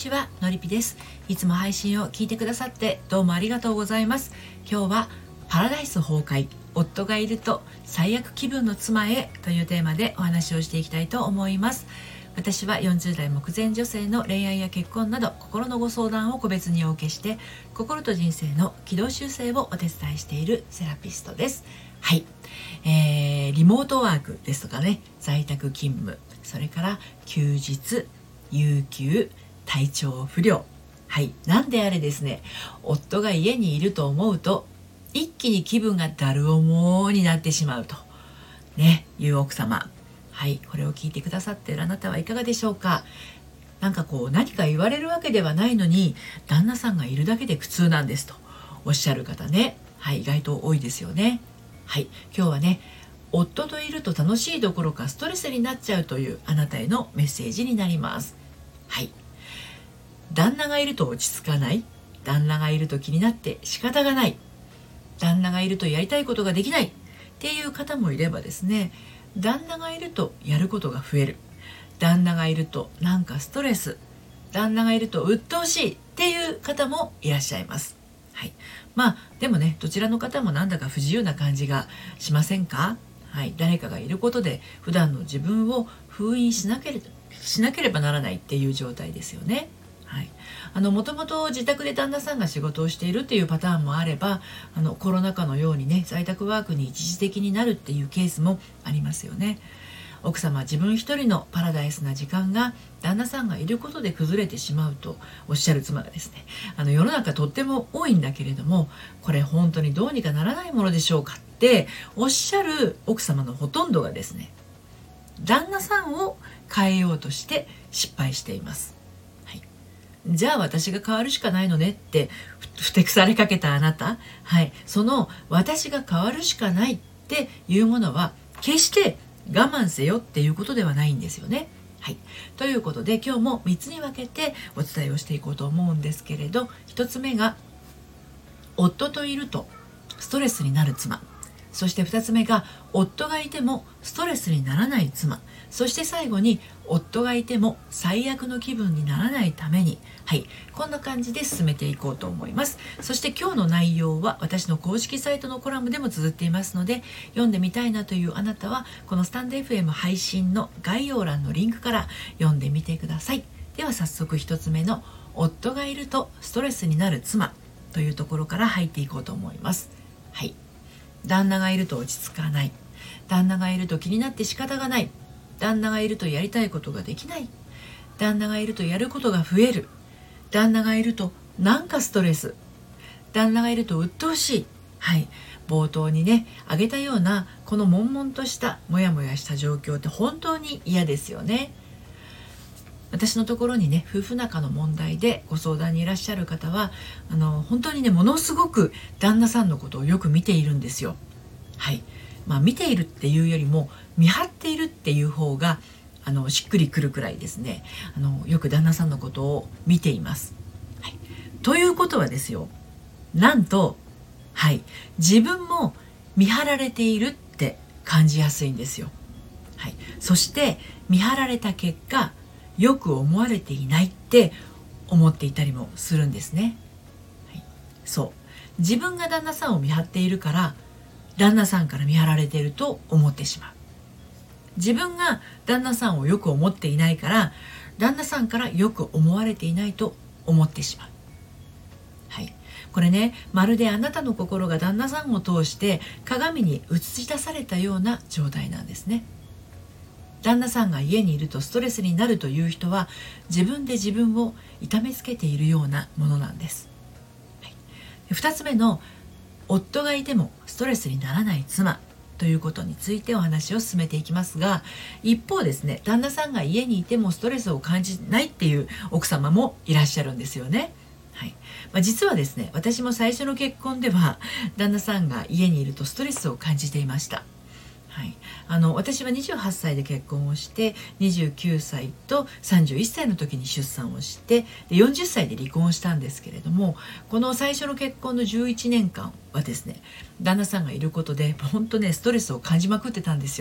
ちは、のりぴです。いつも配信を聞いてくださってどうもありがとうございます。今日はパラダイス崩壊、夫がいると最悪気分の妻へというテーマでお話をしていきたいと思います。私は40代目前女性の恋愛や結婚など心のご相談を個別にお受けして、心と人生の軌道修正をお手伝いしているセラピストです。はい、リモートワークですとかね、在宅勤務、それから休日、有給、体調不良、はい、なんであれですね、夫が家にいると思うと一気に気分がだる重になってしまうとね、いう奥様、はい、これを聞いてくださっているあなたはいかがでしょうか。なんか何か言われるわけではないのに、旦那さんがいるだけで苦痛なんですとおっしゃる方ね、はい、意外と多いですよね。はい、今日はね、夫といると楽しいどころかストレスになっちゃうというあなたへのメッセージになります。はい、旦那がいると落ち着かない、旦那がいると気になって仕方がない、旦那がいるとやりたいことができないっていう方もいればですね、旦那がいるとやることが増える、旦那がいるとなんかストレス、旦那がいると鬱陶しいっていう方もいらっしゃいます。はい、でもね、どちらの方もなんだか不自由な感じがしませんか。はい、誰かがいることで普段の自分を封印しなければならないっていう状態ですよね。はい、もともと自宅で旦那さんが仕事をしているっていうパターンもあれば、コロナ禍のようにね、在宅ワークに一時的になるっていうケースもありますよね。奥様、自分一人のパラダイスな時間が旦那さんがいることで崩れてしまうとおっしゃる妻がですね、世の中とっても多いんだけれども、これ本当にどうにかならないものでしょうかっておっしゃる奥様のほとんどがですね、旦那さんを変えようとして失敗しています。はい、じゃあ私が変わるしかないのねってふてくされかけたあなた、はい、その私が変わるしかないっていうものは決して我慢せよっていうことではないんですよね。はい、ということで今日も3つに分けてお伝えをしていこうと思うんですけれど、1つ目が夫といるとストレスになる妻、そして2つ目が夫がいてもストレスにならない妻、そして最後に夫がいても最悪の気分にならないために、はい、こんな感じで進めていこうと思います。そして今日の内容は私の公式サイトのコラムでも綴っていますので、読んでみたいなというあなたはこのスタンド FM 配信の概要欄のリンクから読んでみてください。では早速1つ目の夫がいるとストレスになる妻というところから入っていこうと思います。はい、旦那がいると落ち着かない、旦那がいると気になって仕方がない、旦那がいるとやりたいことができない、旦那がいるとやることが増える、旦那がいるとなんかストレス、旦那がいると鬱陶しい。はい、冒頭にね挙げたようなこの悶々としたモヤモヤした状況って本当に嫌ですよね。私のところにね、夫婦仲の問題でご相談にいらっしゃる方は本当にね、ものすごく旦那さんのことをよく見ているんですよ。はい、見ているっていうよりも見張っているっていう方がしっくりくるくらいですね、よく旦那さんのことを見ています。はい、ということはですよ、なんと、はい、自分も見張られているって感じやすいんですよ。はい、そして見張られた結果よく思われていないって思っていたりもするんですね。はい、そう自分が旦那さんを見張っているから旦那さんから見張られていると思ってしまう。自分が旦那さんをよく思っていないから旦那さんからよく思われていないと思ってしまう。はい、これね、まるであなたの心が旦那さんを通して鏡に映し出されたような状態なんですね。旦那さんが家にいるとストレスになるという人は自分で自分を痛めつけているようなものなんです。はい、2つ目の夫がいてもストレスにならない妻ということについてお話を進めていきますが、一方ですね、旦那さんが家にいてもストレスを感じないっていう奥様もいらっしゃるんですよね。はい、実はですね、私も最初の結婚では旦那さんが家にいるとストレスを感じていました。はい、私は28歳で結婚をして29歳と31歳の時に出産をしてで40歳で離婚をしたんですけれども、この最初の結婚の11年間はですね、旦那さんがいることで本当ねストレスを感じまくってたんですよ。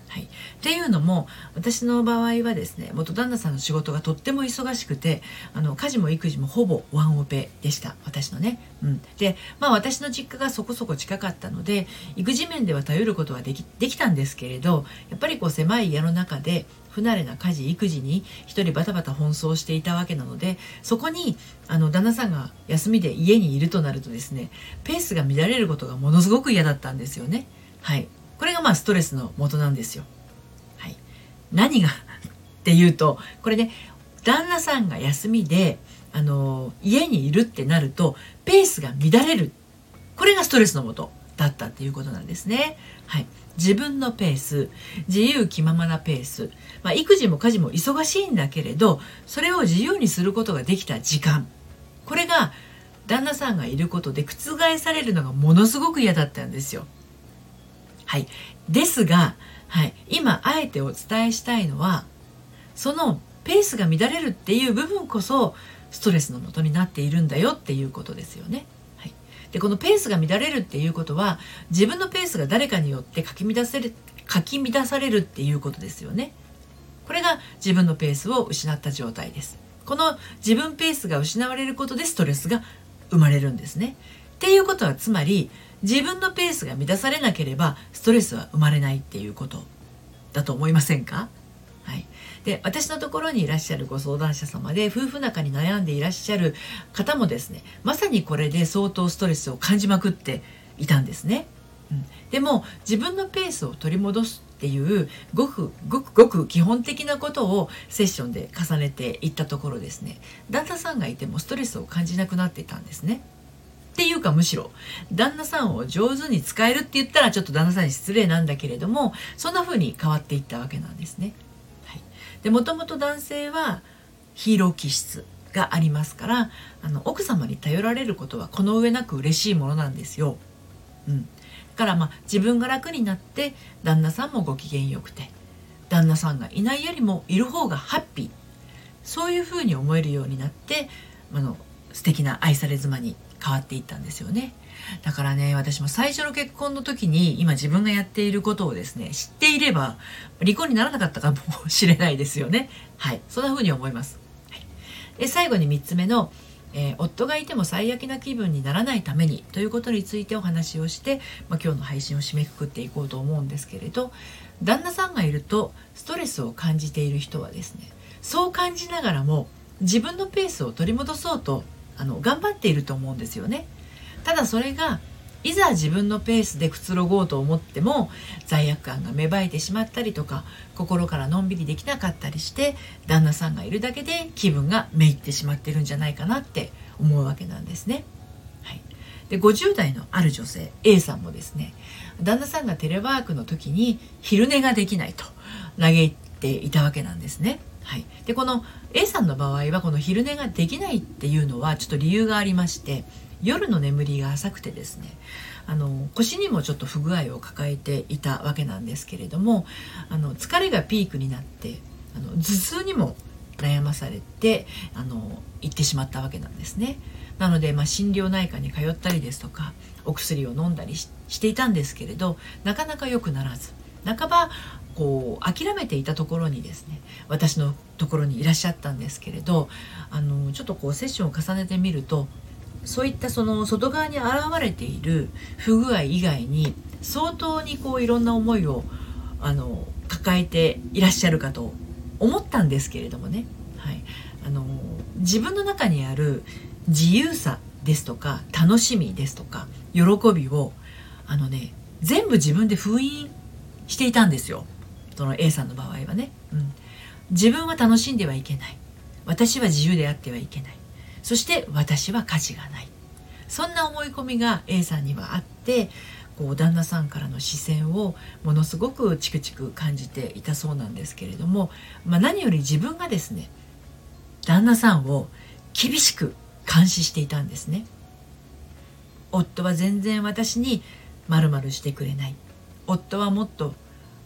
はい、っていうのも私の場合はですね、元旦那さんの仕事がとっても忙しくて、家事も育児もほぼワンオペでした、私のね。で、私の実家がそこそこ近かったので育児面では頼ることはできたんですけれど、やっぱり狭い家の中で不慣れな家事育児に一人バタバタ奔走していたわけなので、そこに旦那さんが休みで家にいるとなるとですね、ペースが乱れることがものすごく嫌だったんですよね。はい、これがストレスの元なんですよ。はい、何がっていうと、これね、旦那さんが休みで家にいるってなるとペースが乱れる、これがストレスの元だったっていうことなんですね。はい、自分のペース、自由気ままなペース、育児も家事も忙しいんだけれど、それを自由にすることができた時間、これが旦那さんがいることで覆されるのがものすごく嫌だったんですよ。はい、ですが、はい、今あえてお伝えしたいのは、そのペースが乱れるっていう部分こそストレスの元になっているんだよっていうことですよね。はい、でこのペースが乱れるっていうことは、自分のペースが誰かによってかき乱されるっていうことですよね。これが自分のペースを失った状態です。この自分ペースが失われることでストレスが生まれるんですね。っていうことは、つまり自分のペースが乱されなければストレスは生まれないっていうことだと思いませんか？はい、で私のところにいらっしゃるご相談者様で夫婦仲に悩んでいらっしゃる方もですね、まさにこれで相当ストレスを感じまくっていたんですね。でも自分のペースを取り戻すっていうごく基本的なことをセッションで重ねていったところですね、旦那さんがいてもストレスを感じなくなっていたんですね。っていうか、むしろ旦那さんを上手に使えるって言ったらちょっと旦那さんに失礼なんだけれども、そんな風に変わっていったわけなんですね。はい、でもともと男性はヒーロー気質がありますから、奥様に頼られることはこの上なく嬉しいものなんですよ。だから自分が楽になって旦那さんもご機嫌よくて、旦那さんがいないよりもいる方がハッピー、そういう風に思えるようになって素敵な愛され妻に変わっていったんですよね。だからね、私も最初の結婚の時に今自分がやっていることをですね知っていれば離婚にならなかったかもしれないですよね。はい、そんな風に思います。はい、で最後に3つ目の、夫がいても最悪な気分にならないためにということについてお話をして、今日の配信を締めくくっていこうと思うんですけれど、旦那さんがいるとストレスを感じている人はですね、そう感じながらも自分のペースを取り戻そうと頑張っていると思うんですよね。ただそれがいざ自分のペースでくつろごうと思っても罪悪感が芽生えてしまったりとか、心からのんびりできなかったりして、旦那さんがいるだけで気分がめいってしまってるんじゃないかなって思うわけなんですね。はい、で50代のある女性 A さんもですね、旦那さんがテレワークの時に昼寝ができないと嘆いていたわけなんですね。はい、でこの A さんの場合はこの昼寝ができないっていうのはちょっと理由がありまして、夜の眠りが浅くてですね、腰にもちょっと不具合を抱えていたわけなんですけれども、疲れがピークになって頭痛にも悩まされて行ってしまったわけなんですね。なので、心療内科に通ったりですとかお薬を飲んだりしていたんですけれど、なかなか良くならず、半ば諦めていたところにですね、私のところにいらっしゃったんですけれど、ちょっとセッションを重ねてみると、そういった外側に現れている不具合以外に相当にいろんな思いを抱えていらっしゃるかと思ったんですけれどもね、はい、自分の中にある自由さですとか楽しみですとか喜びを全部自分で封印していたんですよ。その A さんの場合はね、自分は楽しんではいけない、私は自由であってはいけない、そして私は価値がない、そんな思い込みが A さんにはあって、旦那さんからの視線をものすごくチクチク感じていたそうなんですけれども、何より自分がですね旦那さんを厳しく監視していたんですね。夫は全然私に〇〇してくれない、夫はもっと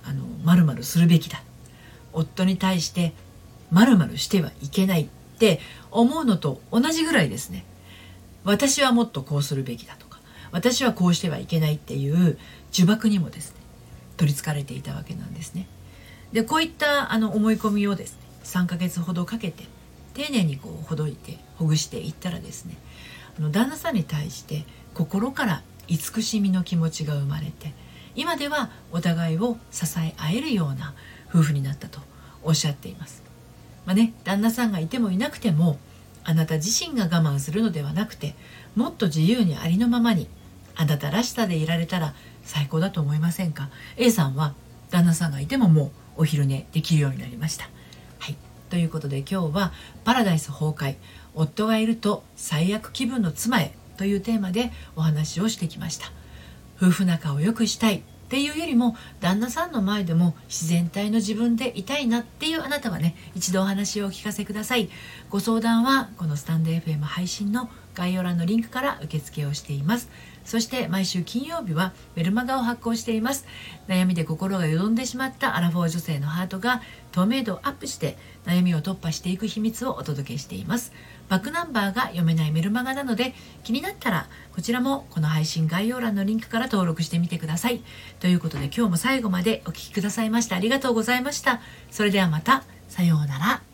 〇〇するべきだ、夫に対して〇〇してはいけないって思うのと同じぐらいですね、私はもっとこうするべきだとか、私はこうしてはいけないっていう呪縛にもですね取りつかれていたわけなんですね。でこういった思い込みをですね3ヶ月ほどかけて丁寧にほどいてほぐしていったらですね、旦那さんに対して心から慈しみの気持ちが生まれて、今ではお互いを支え合えるような夫婦になったとおっしゃっています。旦那さんがいてもいなくてもあなた自身が我慢するのではなくて、もっと自由にありのままにあなたらしさでいられたら最高だと思いませんか。 A さんは旦那さんがいてももうお昼寝できるようになりました。はい、ということで今日はパラダイス崩壊、夫がいると最悪気分の妻へというテーマでお話をしてきました。夫婦仲を良くしたいっていうよりも、旦那さんの前でも自然体の自分でいたいなっていうあなたはね、一度お話をお聞かせください。ご相談はこのスタンド FM 配信の概要欄のリンクから受付をしています。そして毎週金曜日はメルマガを発行しています。悩みで心がよどんでしまったアラフォー女性のハートが透明度をアップして悩みを突破していく秘密をお届けしています。バックナンバーが読めないメルマガなので、気になったらこちらもこの配信概要欄のリンクから登録してみてください。ということで今日も最後までお聞きくださいましてありがとうございました。それではまた、さようなら。